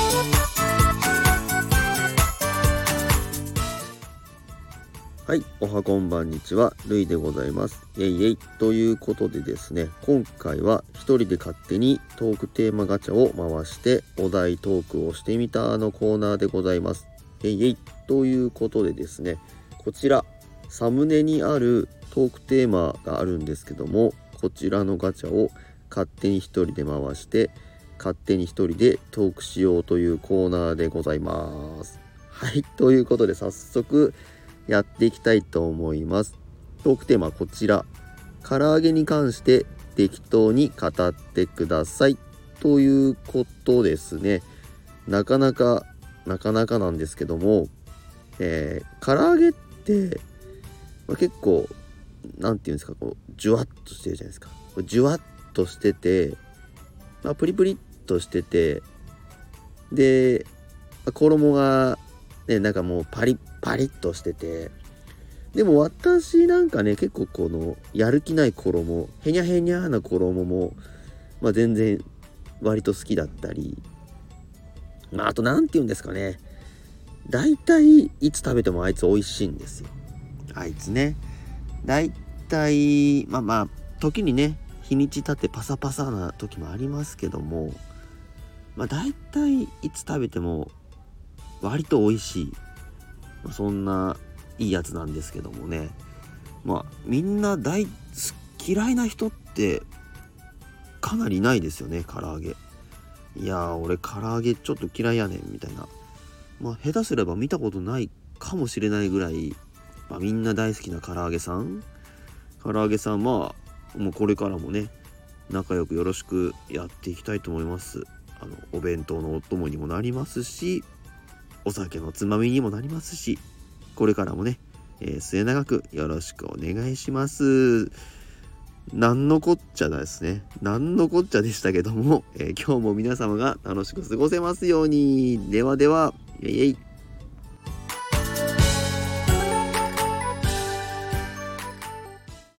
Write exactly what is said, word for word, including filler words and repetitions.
はい、おはこんばんにちは、るいでございます。イェイイェイということでですね、今回は一人で勝手にトークテーマガチャを回してお題トークをしてみたのコーナーでございます。イェイイェイということでですね、こちらサムネにあるトークテーマがあるんですけども、こちらのガチャを勝手に一人で回して勝手に一人でトークしようというコーナーでございます。はい、ということで早速やっていきたいと思います。トークテーマはこちら。唐揚げに関して適当に語ってください。ということですね。なかなか、なかなかなんですけども、えー、唐揚げって、まあ、結構、なんていうんですか、こう、ジュワッとしてるじゃないですか。ジュワッとしてて、まあ、プリプリっとしてて、で、衣が、ね、なんかもうパリッパリッとしてて、でも私なんかね結構このやる気ない衣、へにゃへにゃな衣も、まあ、全然割と好きだったり、まああとなんて言うんですかね、だいたいいつ食べてもあいつ美味しいんですよ。あいつね、だいたいまあまあ時にね日にち経ってパサパサな時もありますけども、まあだいたいいつ食べても割と美味しい、まあ、そんないいやつなんですけどもね。まあみんな大嫌いな人ってかなりいないですよね。唐揚げ、いやー俺唐揚げちょっと嫌いやねんみたいな、まあ下手すれば見たことないかもしれないぐらい、まあ、みんな大好きな唐揚げさん唐揚げさんまあもうこれからもね仲良くよろしくやっていきたいと思います。あのお弁当のお供にもなりますし、お酒のつまみにもなりますし、これからもね、えー、末永くよろしくお願いします。なんのこっちゃですね。なんのこっちゃでしたけども、えー、今日も皆様が楽しく過ごせますように。ではでは、イエイイエイ。